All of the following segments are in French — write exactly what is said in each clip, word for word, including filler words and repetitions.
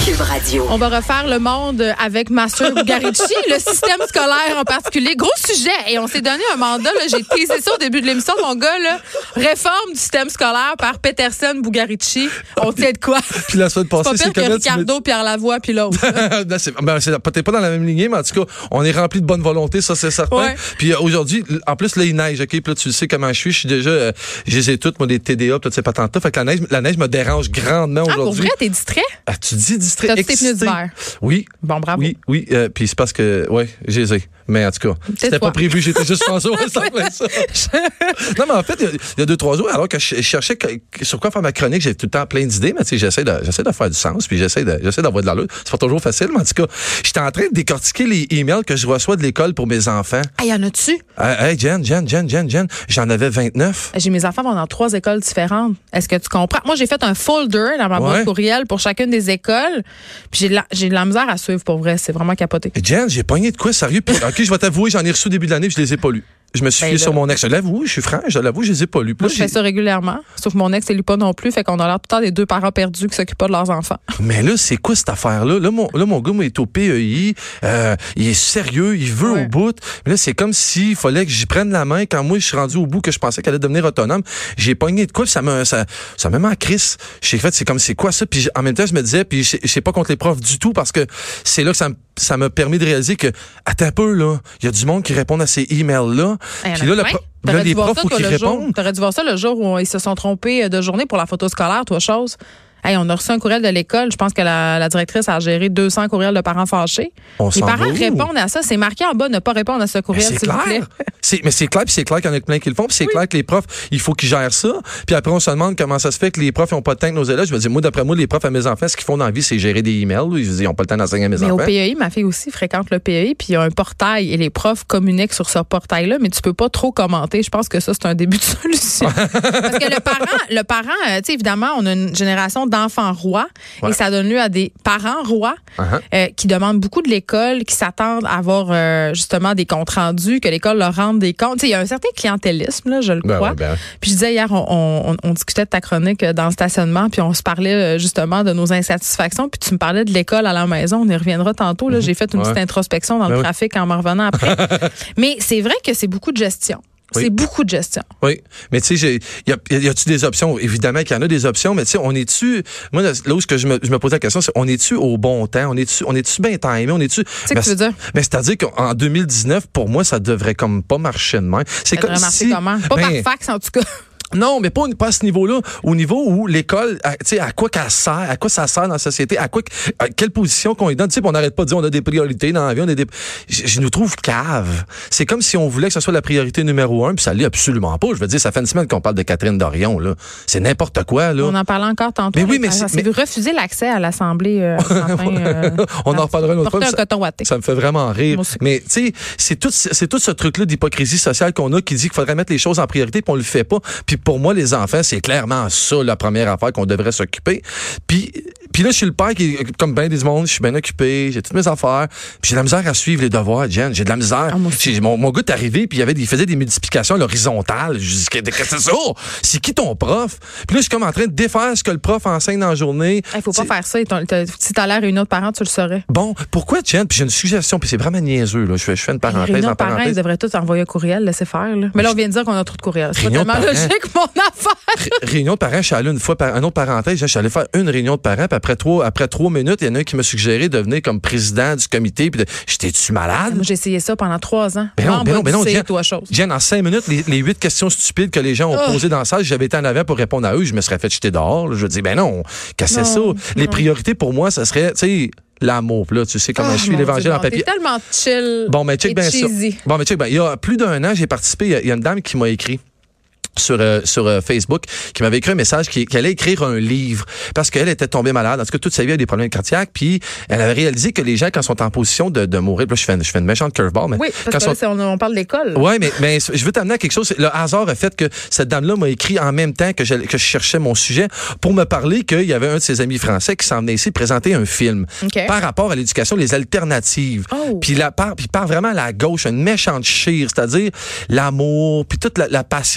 Cube Radio. On va refaire le monde avec Master Bugarici, le système scolaire en particulier. Gros sujet. Et on s'est donné un mandat. Là, j'ai teasé ça au début de l'émission, mon gars. Là, réforme du système scolaire par Peterson Bugarici. On tient de quoi? Puis la semaine passée, c'est c'est pas pire que comment Ricardo, Pierre Lavoie, puis l'autre. ben, c'est, ben, c'est peut-être pas dans la même lignée, mais en tout cas, on est rempli de bonne volonté, ça, c'est certain. Ouais. Puis euh, aujourd'hui, en plus, là, il neige, OK? Puis là, tu sais comment je suis. Je suis déjà, euh, je les ai toutes, moi, des T D A, toutes ces patentes-là. Fait que la neige, la neige me dérange grandement Ah, aujourd'hui. pour vrai, t'es distrait? Ah, tu dis distrait, T'as-tu tes excité. pneus d'hiver? Oui. Bon, bravo. Oui, oui. Euh, puis c'est parce que, ouais, j'ai les ai. Mais en tout cas, c'était toi. pas prévu. J'étais juste pensé, ouais, ça fait ça. Non, mais en fait, il y a- il y, a deux, trois jours, alors que je cherchais que- sur quoi faire ma chronique, j'ai tout le temps plein d'idées, mais tu sais, j'essaie de, j'essaie de faire du sens, puis j'essaie de, j'essaie d'avoir de l'allure. C'est pas toujours facile, mais en tout cas, j'étais en train de décortiquer les emails que je reçois de l'école pour mes enfants. Ah, y en a-tu? Hey, hey, Jen, Jen, Jen, Jen, Jen, j'en avais vingt-neuf. J'ai mes enfants vont dans trois écoles différentes. Est-ce que tu comprends? Moi, j'ai fait un folder dans ma boîte Ouais. courriel pour chacune des écoles. Puis j'ai de la, j'ai de la misère à suivre pour vrai. C'est vraiment capoté. Et Jen, j'ai pogné de quoi, sérieux? Puis, OK, je vais t'avouer, j'en ai reçu au début de l'année, puis je les ai pas lus. Je me suis Ben fié là. sur mon ex. Je l'avoue, je suis franc, je l'avoue, je les ai pas lus. Puis Moi, là, je fais j'ai- ça régulièrement. Sauf que mon ex, il lit pas non plus. Fait qu'on a l'air tout le temps des deux parents perdus qui s'occupent pas de leurs enfants. Mais là, c'est quoi cette affaire-là? Là, mon, là, mon gars, moi, il est au P E I. Euh, il est sérieux, il veut Ouais. au bout. Mais là, c'est comme s'il fallait que j'y prenne la main. Quand moi, je suis rendu au bout, que je pensais qu'elle allait devenir autonome, j'ai pogné de quoi, puis ça me, ça, ça me met en crise. J'ai fait, c'est comme, c'est quoi ça? Puis en même temps, je me disais, puis je sais pas contre les profs du tout, parce que c'est là que ça me, ça m'a permis de réaliser que, attends un peu, là, il y a du monde qui répond à ces emails-là. Hey, Puis y en a là, le plein. pro- T'aurais là, dû les voir profs, ça, faut toi, qu'ils le jour. répondent. T'aurais dû voir ça le jour où ils se sont trompés de journée pour la photo scolaire, toi, chose. Hey, on a reçu un courriel de l'école. Je pense que la, la directrice a géré deux cents courriels de parents fâchés. On Les s'en parents va où? répondent à ça. C'est marqué en bas, ne pas répondre à ce Mais courriel, c'est s'il vous plaît. clair. C'est, mais c'est clair, puis c'est clair qu'il y en a plein qui le font, puis c'est clair que les profs, il faut qu'ils gèrent ça. Puis après, on se demande comment ça se fait que les profs n'ont pas le temps que nos élèves. Je veux dire, moi, d'après moi, les profs à mes enfants, ce qu'ils font dans la vie, c'est gérer des emails. Ils n'ont pas le temps d'enseigner à mes Mais enfants. au P E I, ma fille aussi fréquente le P E I, puis il y a un portail et les profs communiquent sur ce portail-là, mais tu peux pas trop commenter. Je pense que ça, c'est un début de solution. Parce que le parent, le parent, euh, tu sais, évidemment, on a une génération d'enfants rois Ouais. et ça donne lieu à des parents rois Uh-huh. euh, qui demandent beaucoup de l'école, qui s'attendent à avoir euh, justement des comptes rendus, que l'école leur rende des comptes. Tu sais, il y a un certain clientélisme, là, je le Ben crois. ouais, ben ouais. Puis je disais hier, on, on, on discutait de ta chronique euh, dans le stationnement, puis on se parlait euh, justement de nos insatisfactions, puis tu me parlais de l'école à la maison. On y reviendra tantôt. Là, j'ai fait une Ouais. petite introspection dans Ben le oui. trafic en me revenant après. Mais c'est vrai que c'est beaucoup de gestion. Oui. C'est beaucoup de gestion. Oui, mais tu sais, j'ai- y, a, y a-tu des options? Évidemment qu'il y en a des options, mais tu sais, on est-tu... Moi, là où ce que je me, je me pose la question, c'est on est-tu au bon temps? On est-tu, on est-tu bien timé? On est-tu... Tu sais que tu veux dire? Mais c'est-à-dire qu'en deux mille dix-neuf, pour moi, ça devrait comme pas marcher de même. C'est Ça comme devrait marcher si... comment? Pas Ben, par fax, en tout cas. Non, mais pas, pas à ce niveau-là. Au niveau où l'école, à- tu sais, à quoi qu'elle sert, à quoi ça sert dans la société, à quoi, à quelle position qu'on est dans. Tu sais, on n'arrête pas de dire on a des priorités dans la vie, on a des. Je, je nous trouve cave. C'est comme si on voulait que ce soit la priorité numéro un, puis ça l'est absolument pas. Je veux dire, ça fait une semaine qu'on parle de Catherine Dorion, là. C'est n'importe quoi, là. On en parlait encore tantôt. Mais oui, là, mais ça c'est- s'est mais- refusé l'accès à l'Assemblée euh, ce matin, euh, On en reparlera une autre fois. porter un Ça- coton watté. Ça me fait vraiment rire. Moi aussi. Mais tu sais, c'est tout, c'est tout ce truc-là d'hypocrisie sociale qu'on a qui dit qu'il faudrait mettre les choses en priorité puis on le fait pas. Puis pour moi, les enfants, c'est clairement ça la première affaire qu'on devrait s'occuper. Puis puis là, je suis le père qui, comme bien des mondes, je suis bien occupé, j'ai toutes mes affaires. Puis j'ai de la misère à suivre les devoirs, Jen. J'ai de la misère. Ah, moi aussi. J'ai- mon, mon gars est arrivé, puis il, y avait, des- il faisait des multiplications à l'horizontale. Je dis, qu'est-ce que c'est ça? C'est qui ton prof? Puis là, je suis comme en train de défaire ce que le prof enseigne dans la journée. Il faut pas C'est- faire ça. Ton- t'as- Si t'as l'air à une autre parent, tu le saurais. Bon, pourquoi, Jen? Puis j'ai une suggestion, puis c'est vraiment niaiseux, là. Je fais, je fais une Les parenthèse réunions en de parents, ils parenthèse. devraient tous envoyer un courriel, laisser faire. Là. Mais là, on vient de dire qu'on a trop de courriels. C'est pas Réunion de tellement parents. logique, mon affaire. Ré- réunion de parents, je suis allé une fois, par, une autre parenthèse, je suis allé faire une réunion de parents, puis après trois, après trois minutes, il y en a un qui m'a suggéré de venir comme président du comité, puis de, j'étais-tu malade? Moi, j'ai essayé ça pendant trois ans. Ben non, Membre ben non, ben non, du C, Jen, toi, chose. Jen, en cinq minutes, les, les huit questions stupides que les gens ont Oh. posées dans la salle, j'avais été en avant pour répondre à eux, je me serais fait jeter dehors. là. Je dis, ben non, cassez ça. Non, Les non. priorités pour moi, ça serait, tu sais, l'amour. Puis là, tu sais comment Oh, je suis, mon l'évangile Dieu, en non, papier. T'es tellement chill. Bon, mais check et bien ça. cheesy. Bon, mais check bien. Il y a plus d'un an, j'ai participé. Il y a- il y, a une dame qui m'a écrit sur euh, sur euh, Facebook qui m'avait écrit un message qui, qui allait écrire un livre parce qu'elle était tombée malade. En tout cas, toute sa vie, elle a des problèmes cardiaques. Puis elle avait réalisé que les gens, quand ils sont en position de, de mourir, là, je fais une, je fais une méchante curveball, mais Oui, quand parce que sont- là, c'est- on, on parle de l'école. Ouais, mais, mais je veux t'amener à quelque chose. Le hasard a fait que cette dame-là m'a écrit en même temps que je, que je cherchais mon sujet pour me parler qu'il y avait un de ses amis français qui s'en venait ici présenter un film OK. par rapport à l'éducation, les alternatives. Oh. Puis la part, puis part vraiment à la gauche, une méchante chire, c'est-à-dire l'amour, puis toute la, la patience, puis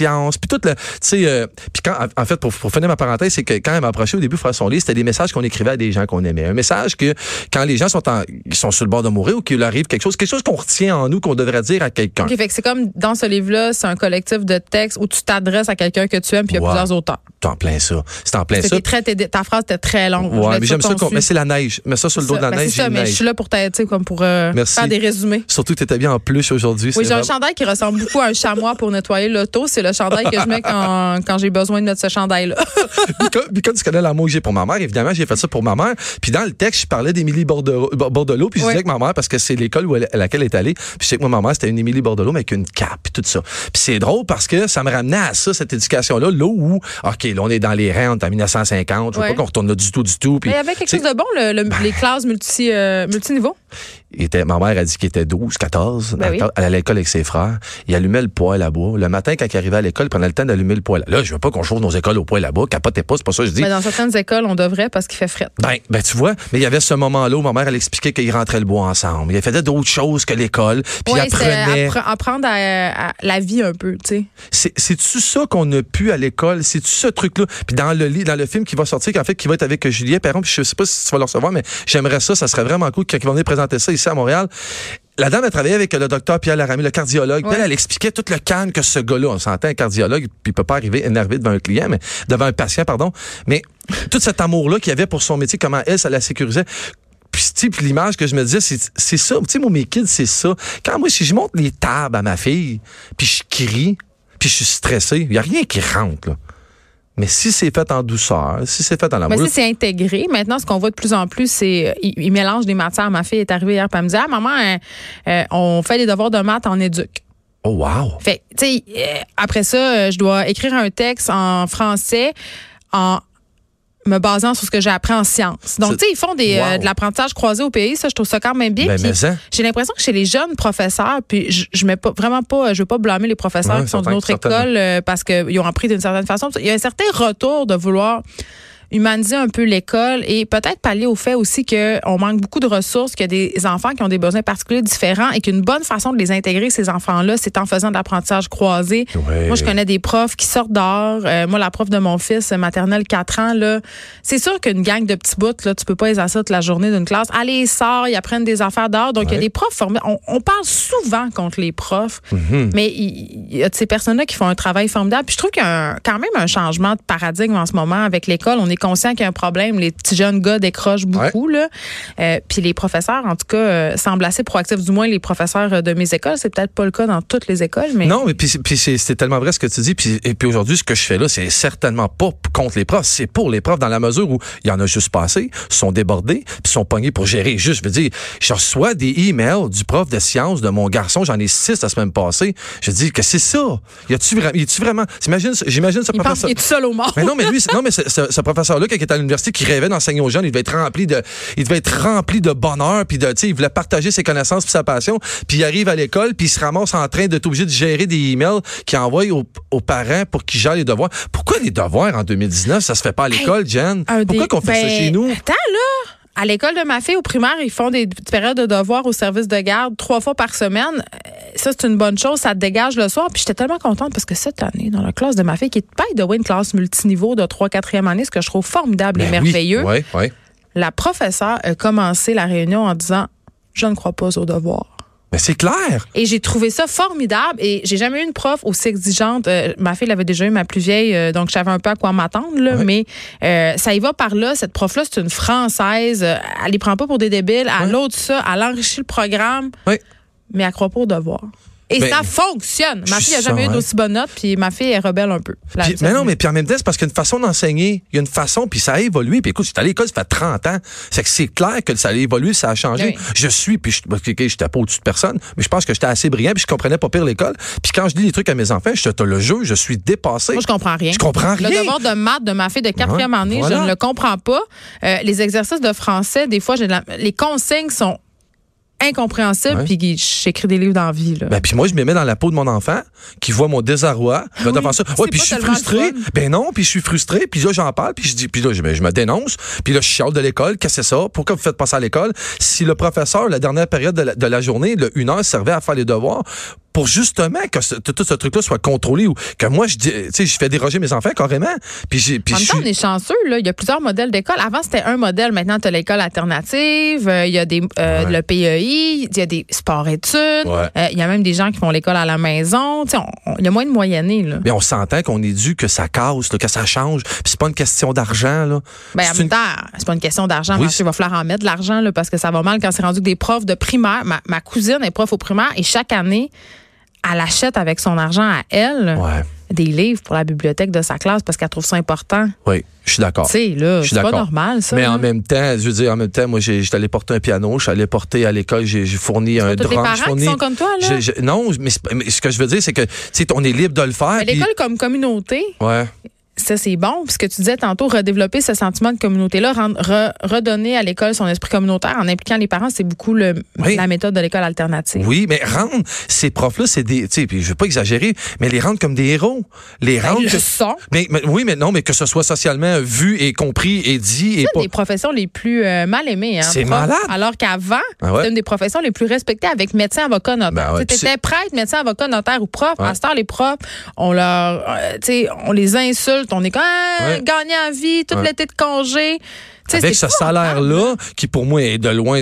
tout le, tu sais, euh, puis quand, en fait, pour, pour finir ma parenthèse, c'est que quand elle m'a approché au début pour faire son livre, c'était des messages qu'on écrivait à des gens qu'on aimait. Un message que, quand les gens sont en, ils sont sur le bord de mourir ou qu'il leur arrive quelque chose, quelque chose qu'on retient en nous, qu'on devrait dire à quelqu'un. OK, fait que c'est comme, dans ce livre-là, c'est un collectif de textes où tu t'adresses à quelqu'un que tu aimes, puis il y a wow. plusieurs auteurs. C'est en plein ça. C'est en plein ça. Très, ta phrase était très longue. Ouais, mais j'aime ça. Mais c'est la neige. Mets ça sur le dos de la ben neige. C'est ça, mais neige. je suis là pour t'aider, comme pour euh, faire des résumés. Surtout que tu étais bien en plus aujourd'hui. Oui, j'ai un chandail qui ressemble beaucoup à un chamois pour nettoyer l'auto. C'est le chandail que je mets quand, quand j'ai besoin de mettre ce chandail-là. Puis quand tu connais l'amour que j'ai pour ma mère, évidemment, j'ai fait ça pour ma mère. Puis dans le texte, je parlais d'Émilie Bordelot. Bordelot puis je oui. disais que ma mère, parce que c'est l'école où elle, à laquelle elle est allée. Puis je sais que moi, ma mère, c'était une Émilie Bordelot, mais avec une cape, puis tout ça. Puis c'est drôle parce que ça me ramenait à ça, cette éducation-là, là où, OK, là, on est dans les rangs, on est en dix-neuf cent cinquante. Je veux ouais. pas qu'on retourne là du tout, du tout. Mais il y avait quelque chose de bon, le, le, ben, les classes multi, euh, multiniveaux. Il était, ma mère a dit qu'il était douze, quatorze. Ben oui. Elle allait à l'école avec ses frères. Il allumait le poêle à bois. Le matin, quand il arrivait à l'école, il prenait le temps d'allumer le poêle. Là, je veux pas qu'on chauffe nos écoles au poêle à bois. Capotez pas, c'est pas ça que je dis. Mais dans certaines écoles, on devrait parce qu'il fait fret. Ben, ben, tu vois, mais il y avait ce moment-là où ma mère, elle expliquait qu'ils rentraient le bois ensemble. Il faisait d'autres choses que l'école. Puis oui, il apprenait. C'est apprendre à, à la vie un peu, tu sais. C'est, c'est-tu ça qu'on a pu à l'école? C'est-tu ce truc-là? Puis dans le dans le film qui va sortir, en fait, qui va être avec Julien Perron, puis je sais pas si tu vas le recevoir, mais j'aimerais ça, ça serait vraiment cool quand ils vont venir présenter ça ici à Montréal. La dame a travaillé avec le docteur Pierre Laramie, le cardiologue. Ouais. Elle, elle expliquait tout le calme que ce gars-là, on s'entend, un cardiologue, puis il peut pas arriver énervé devant un client, mais devant un patient, pardon. Mais tout cet amour-là qu'il y avait pour son métier, comment elle, ça la sécurisait. Puis, puis l'image que je me disais, c'est, c'est ça. Tu sais, moi, mes kids, c'est ça. Quand moi, si je monte les tables à ma fille, puis je crie, puis je suis stressé, il y a rien qui rentre, là. Mais si c'est fait en douceur, si c'est fait en amour... Mais si c'est intégré, maintenant, ce qu'on voit de plus en plus, c'est ils il mélangent des matières. Ma fille est arrivée hier, puis elle me dit « Ah, maman, euh, euh, on fait des devoirs de maths en éduc. » Oh, wow! Fait, tu sais, euh, après ça, euh, je dois écrire un texte en français en me basant sur ce que j'ai appris en sciences. Donc, tu sais, ils font des, wow. euh, de l'apprentissage croisé au pays. Ça, je trouve ça quand même bien. Ben, mais ça. J'ai l'impression que chez les jeunes professeurs, puis je, je mets pas, vraiment pas, je veux pas blâmer les professeurs ouais, qui sont d'une autre école euh, parce qu'ils ont appris d'une certaine façon. Il y a un certain retour de vouloir humaniser un peu l'école et peut-être pallier au fait aussi qu'on manque beaucoup de ressources, qu'il y a des enfants qui ont des besoins particuliers différents et qu'une bonne façon de les intégrer, ces enfants-là, c'est en faisant de l'apprentissage croisé. Ouais. Moi, je connais des profs qui sortent dehors. Euh, moi, la prof de mon fils, maternelle quatre ans, là, c'est sûr qu'une gang de petits bouts, là, tu peux pas les asseoir toute la journée d'une classe. Allez, ils sortent, ils apprennent des affaires dehors. Donc, il ouais. y a des profs formés. On, on parle souvent contre les profs, mm-hmm. mais il, il y a de ces personnes-là qui font un travail formidable. Puis je trouve qu'il y a un, quand même un changement de paradigme en ce moment avec l'école. On est conscient qu'il y a un problème. Les petits jeunes gars décrochent beaucoup. Ouais. Là. Euh, puis les professeurs, en tout cas, euh, semblent assez proactifs. Du moins, les professeurs de mes écoles. C'est peut-être pas le cas dans toutes les écoles. Mais... Non, mais puis, puis c'est, c'est tellement vrai ce que tu dis. Puis, et puis aujourd'hui, ce que je fais là, c'est certainement pas contre les profs. C'est pour les profs dans la mesure où il y en a juste pas assez, sont débordés, puis sont pognés pour gérer. Juste, je veux dire, je reçois des emails du prof de sciences de mon garçon. J'en ai six la semaine passée. Je dis que c'est ça. Y a-tu vraiment... Y a-tu vraiment... J'imagine, j'imagine ce il professeur... Pense qu'il est tout seul au monde. Mais non, mais lui, non, mais ce, ce, ce professeur-là, quand il était à l'université, qui rêvait d'enseigner aux jeunes, il devait être rempli de, il devait être rempli de bonheur, puis de, tu sais, il voulait partager ses connaissances puis sa passion, puis il arrive à l'école, puis il se ramasse en train d'être obligé de gérer des emails qu'il envoie aux, aux parents pour qu'ils gèrent les devoirs. Pourquoi les devoirs en deux mille dix-neuf, ça se fait pas à l'école, Jen? Pourquoi des, qu'on fait ben, ça chez nous? Attends, là! À l'école de ma fille, au primaire, ils font des périodes de devoirs au service de garde trois fois par semaine. Ça, c'est une bonne chose. Ça te dégage le soir. Puis j'étais tellement contente parce que cette année, dans la classe de ma fille, qui est pas de une classe multiniveau de trois quatrième année, ce que je trouve formidable ben et merveilleux, oui, oui, oui. La professeure a commencé la réunion en disant « Je ne crois pas aux devoirs ». Mais c'est clair. Et j'ai trouvé ça formidable et j'ai jamais eu une prof aussi exigeante. Euh, ma fille l'avait déjà eu, ma plus vieille, euh, donc je savais un peu à quoi m'attendre. Là, ouais. Mais euh, ça y va par là. Cette prof-là, c'est une Française. Euh, elle les prend pas pour des débiles. Elle ouais. l'autre ça. Elle enrichit le programme. Oui. Mais elle croit pas aux devoirs. Et ben, ça fonctionne. Ma fille n'a jamais eu d'aussi bonne note, puis ma fille est rebelle un peu. Puis, mais non, mais puis en même temps, c'est parce qu'il y a une façon d'enseigner. Il y a une façon, puis ça a évolué. Puis écoute, j'étais à l'école, ça fait trente ans. C'est que c'est clair que ça a évolué, ça a changé. Oui. Je suis, puis je n'étais pas au-dessus de personne, mais je pense que j'étais assez brillant, puis je comprenais pas pire l'école. Puis quand je dis les trucs à mes enfants, je te le jeu, je suis dépassé. Moi, je comprends rien. Je comprends rien. Le devoir de maths de ma fille de quatrième ouais, année, voilà. Je ne le comprends pas. Euh, les exercices de français, des fois, j'ai de la... les consignes sont incompréhensible, ouais. Puis j'écris des livres d'envie. Ben, puis moi, je me mets dans la peau de mon enfant qui voit mon désarroi. Ah oui, devant ça. Ouais, puis je suis frustré. Ben non, puis je suis frustré. Puis là, j'en parle. Puis je dis, puis là, je, je me dénonce. Puis là, je chiale de l'école. Qu'est-ce que c'est ça? Pourquoi vous faites passer à l'école? Si le professeur, la dernière période de la, de la journée, le une heure, servait à faire les devoirs, pour justement que ce, tout ce truc-là soit contrôlé ou que moi, je dis, tu sais, je fais déroger mes enfants carrément. Puis j'ai, puis en même temps, suis... on est chanceux, là. Il y a plusieurs modèles d'école. Avant, c'était un modèle. Maintenant, tu as l'école alternative. Euh, il y a des, euh, ouais. le P E I. Il y a des sports-études. Ouais. Euh, il y a même des gens qui font l'école à la maison. Tu sais, on, on, il y a moins de moyennés, là. Mais on s'entend qu'on est dû que ça casse, là, que ça change. Puis c'est pas une question d'argent, là. Ben, en c'est même une... temps, c'est pas une question d'argent. Oui, Il va falloir en mettre de l'argent, là, parce que ça va mal quand c'est rendu que des profs de primaire. Ma, ma cousine est prof au primaire et chaque année, elle achète avec son argent à elle ouais. des livres pour la bibliothèque de sa classe parce qu'elle trouve ça important. Oui, je suis d'accord. Tu sais, là, c'est pas normal, ça. Mais là. en même temps, je veux dire, en même temps, moi, j'ai, j'étais allé porter un piano, je suis allé porter à l'école, j'ai, j'ai fourni un tous drum. les parents fourni, qui sont comme toi, là? j'ai, j'ai, non, mais, mais ce que je veux dire, c'est que, tu sais, on est libre de le faire. Mais puis, l'école comme communauté, ouais. ça, c'est bon. Puis ce que tu disais tantôt, redévelopper ce sentiment de communauté-là, rendre, re, redonner à l'école son esprit communautaire en impliquant les parents, c'est beaucoup le, oui. la méthode de l'école alternative. Oui, mais rendre ces profs-là, c'est des, tu sais, puis je veux pas exagérer, mais les rendre comme des héros. Les Ben, rendre. ils que, le sont. Mais, mais, oui, mais non, mais que ce soit socialement vu et compris et dit. C'est et pas... une des professions les plus euh, mal aimées. Hein, c'est prof. malade. Alors qu'avant, ah ouais. c'était une des professions les plus respectées avec médecin, avocat, notaire. Ben ouais, tu étais prêtre, médecin, avocat, notaire ou prof. Ouais. À ce temps, les profs, on leur, euh, tu sais, on les insulte, on est comme ah, ouais. gagner à vie, tout ouais. l'été de congé. T'sais, avec ce salaire-là, qui pour moi est de loin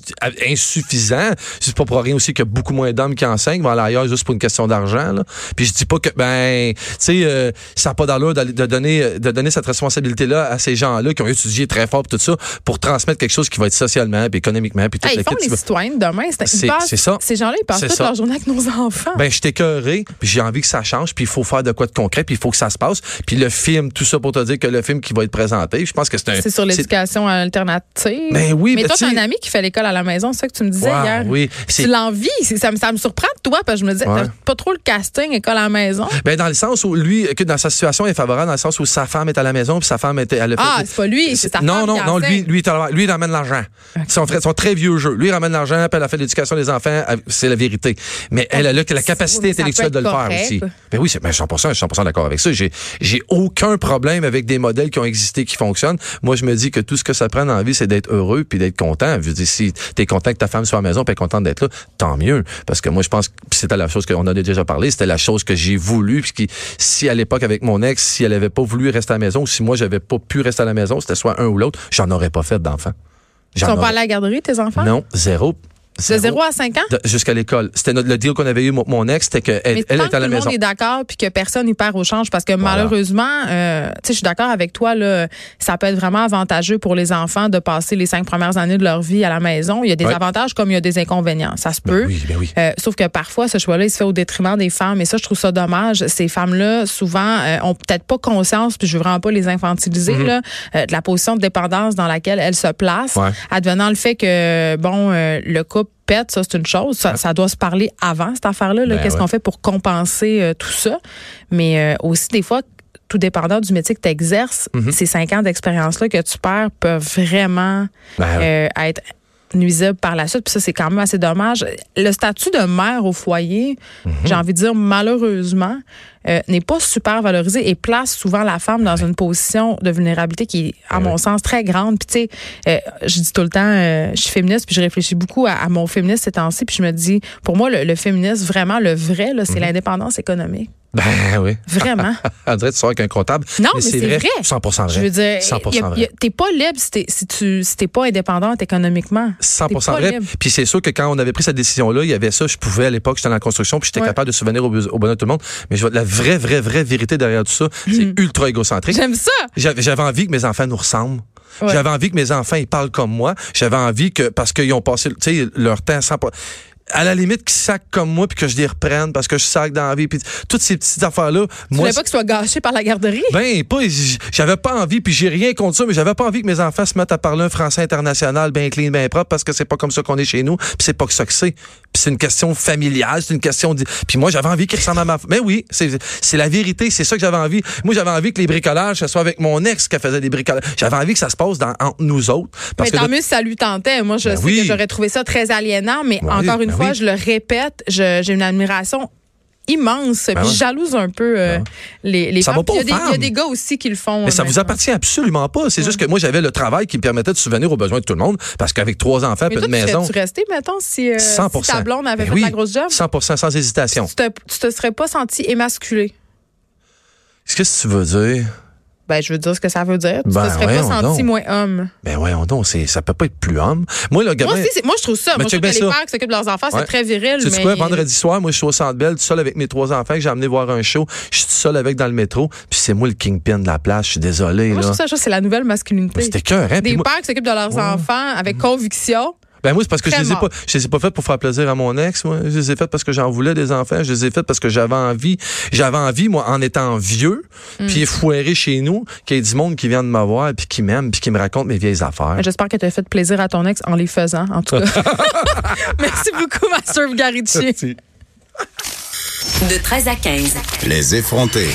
insuffisant, c'est pas pour rien aussi qu'il y a beaucoup moins d'hommes qui enseignent, vont aller ailleurs juste pour une question d'argent. Là. Puis je dis pas que, ben, tu sais, euh, ça n'a pas d'allure de, de, donner, de donner cette responsabilité-là à ces gens-là qui ont étudié très fort pis tout ça pour transmettre quelque chose qui va être socialement puis économiquement. Puis hey, ils font les citoyens de demain. C'est, c'est, passent, c'est ça. Ces gens-là, ils passent toute leur journée avec nos enfants. Ben, je t'ai écœuré, puis j'ai envie que ça change, puis il faut faire de quoi de concret, puis il faut que ça se passe. Puis le film, tout ça pour te dire que le film qui va être présenté, je pense que c'est un... C'est sur l'éducation c'est... alternative. Ben oui, mais ben toi, tu tu as un ami qui fait l'école à la maison, c'est ça que tu me disais wow, hier. Oui. Tu l'envies. Ça me, ça me surprend de toi, parce que je me disais, ouais. t'as pas trop le casting école à la maison. Ben, dans le sens où lui, que dans sa situation, il est favorable, dans le sens où sa femme est à la maison, puis sa femme était à la Ah, c'est pas lui, c'est sa non, femme. Non, qui non, non, lui, lui, lui, il ramène l'argent. Okay. Son, son très vieux jeu. Lui, il ramène l'argent, puis elle a fait l'éducation des enfants, c'est la vérité. Mais elle a là la capacité oui, intellectuelle de le correct. faire aussi. Ben oui, c'est ben, cent pour cent, je suis cent pour cent d'accord avec ça. J'ai, j'ai aucun problème avec des modèles qui ont existé, qui fonctionnent. Moi, je me dis que tout ce que ça prend dans la vie, c'est d'être heureux puis d'être content. Je veux dire, si t'es content que ta femme soit à la maison puis elle est contente d'être là, tant mieux. Parce que moi, je pense que c'était la chose qu'on a déjà parlé, c'était la chose que j'ai voulu. Puis qui, si à l'époque, avec mon ex, si elle avait pas voulu rester à la maison ou si moi, j'avais pas pu rester à la maison, c'était soit un ou l'autre, j'en aurais pas fait d'enfant. Ils sont pas allés à la garderie, tes enfants? Non, zéro. De zéro à cinq ans? De, jusqu'à l'école. C'était notre, le deal qu'on avait eu, mon, mon ex, c'était qu'elle elle, elle était à la maison. Mais tant que tout le monde est d'accord puis que personne n'y perd au change, parce que voilà. malheureusement, euh, tu sais, je suis d'accord avec toi, là, ça peut être vraiment avantageux pour les enfants de passer les cinq premières années de leur vie à la maison. Il y a des ouais. avantages comme il y a des inconvénients. Ça se peut. Ben oui, ben oui. Euh, sauf que parfois, ce choix-là, il se fait au détriment des femmes. Et ça, je trouve ça dommage. Ces femmes-là, souvent, euh, ont peut-être pas conscience, puis je veux vraiment pas les infantiliser, mm-hmm. là, euh, de la position de dépendance dans laquelle elles se placent, ouais. advenant le fait que, bon, euh, le couple pète, ça, c'est une chose. Ça, ça doit se parler avant, cette affaire-là. Là. Ben Qu'est-ce ouais. qu'on fait pour compenser euh, tout ça? Mais euh, aussi, des fois, tout dépendant du métier que tu exerces, mm-hmm. ces cinq ans d'expérience-là que tu perds peuvent vraiment ben ouais. euh, être nuisibles par la suite. Puis ça, c'est quand même assez dommage. Le statut de mère au foyer, mm-hmm. j'ai envie de dire, malheureusement, euh, n'est pas super valorisé et place souvent la femme dans une position de vulnérabilité qui est, à mon sens, très grande. Puis tu sais, euh, je dis tout le temps, euh, je suis féministe, puis je réfléchis beaucoup à, à mon féminisme ces temps-ci, puis je me dis, pour moi, le, le féminisme, vraiment, le vrai, là, c'est mm-hmm. l'indépendance économique. Ben oui. Vraiment. On dirait que tu sors avec un comptable. Non, mais, mais c'est, c'est vrai. vrai. cent pour cent vrai. Je veux dire, cent pour cent y a, y a, t'es pas libre si t'es, si tu si t'es pas indépendante économiquement. cent pour cent vrai. Libre. Puis c'est sûr que quand on avait pris cette décision-là, il y avait ça. Je pouvais, à l'époque, j'étais dans la construction, puis j'étais ouais. capable de subvenir au, au bonheur de tout le monde. Mais je vois la vraie, vraie, vraie vérité derrière tout ça, c'est mmh. ultra égocentrique. J'aime ça. J'avais, j'avais envie que mes enfants nous ressemblent. Ouais. J'avais envie que mes enfants, ils parlent comme moi. J'avais envie que, parce qu'ils ont passé, tu sais, leur temps sans... à la limite qu'ils sacent comme moi puis que je les reprenne parce que je sac dans la vie puis toutes ces petites affaires là. Tu voulais pas qu'ils soient gâchés par la garderie? Ben pas, j'avais pas envie puis j'ai rien contre ça, mais j'avais pas envie que mes enfants se mettent à parler un français international bien clean, bien propre parce que c'est pas comme ça qu'on est chez nous puis c'est pas que ça que c'est. Puis c'est une question familiale, c'est une question de... Puis moi j'avais envie qu'ils ressemblent à ma... Mais oui, c'est c'est la vérité, c'est ça que j'avais envie. Moi j'avais envie que les bricolages ça soit avec mon ex qui faisait des bricolages. J'avais envie que ça se passe dans, entre nous autres. Parce mais tant que de... mieux si ça lui tentait. Moi je ben sais oui. que j'aurais trouvé ça très aliénant, mais ben encore une ben fois oui. je le répète, je, j'ai une admiration immense. Ben puis ouais. je jalouse un peu euh, Ben les, les ça femmes. va pas Il y a aux des- il y a femmes. des gars aussi qui le font. Mais ça vous appartient absolument pas. C'est Ouais. juste que moi, j'avais le travail qui me permettait de subvenir aux besoins de tout le monde parce qu'avec trois enfants Mais et toi, une tu maison. serais-tu resté, mettons, si, euh, cent pour si cent. ta blonde avait Ben fait oui, la grosse job? cent pour cent sans hésitation. Tu te, tu te serais pas senti émasculé? Qu'est-ce que tu veux dire? Ben, je veux dire ce que ça veut dire. Tu Ben, te serais pas voyons senti donc. moins homme. Ben voyons donc, c'est, ça peut pas être plus homme. Moi, le gamin... Moi aussi, c'est- moi, je trouve ça. Mais Moi, je check trouve que bien les ça. pères qui s'occupent de leurs enfants, c'est Ouais. très viril. Tu sais mais... quoi, vendredi soir, moi, je suis au Centre Bell, tout seul avec mes trois enfants que j'ai amené voir un show. Je suis tout seul avec dans le métro, puis c'est moi le kingpin de la place. Je suis désolé, Moi, je là. trouve ça, je trouve que c'est la nouvelle masculinité. C'était cœur, hein? Des Puis moi- pères qui s'occupent de leurs enfants avec conviction. Ben moi, c'est parce que je les ai Vraiment. pas, je les ai pas faites pour faire plaisir à mon ex, moi. Je les ai faites parce que j'en voulais des enfants. Je les ai faites parce que j'avais envie. J'avais envie, moi, en étant vieux, Mm. puis foiré chez nous, qu'il y ait du monde qui vient de me voir, puis qui m'aime, puis qui me raconte mes vieilles affaires. J'espère que tu as fait plaisir à ton ex en les faisant, en tout cas. Merci beaucoup, Master Bugarici. Merci. De treize à quinze. Les effrontés.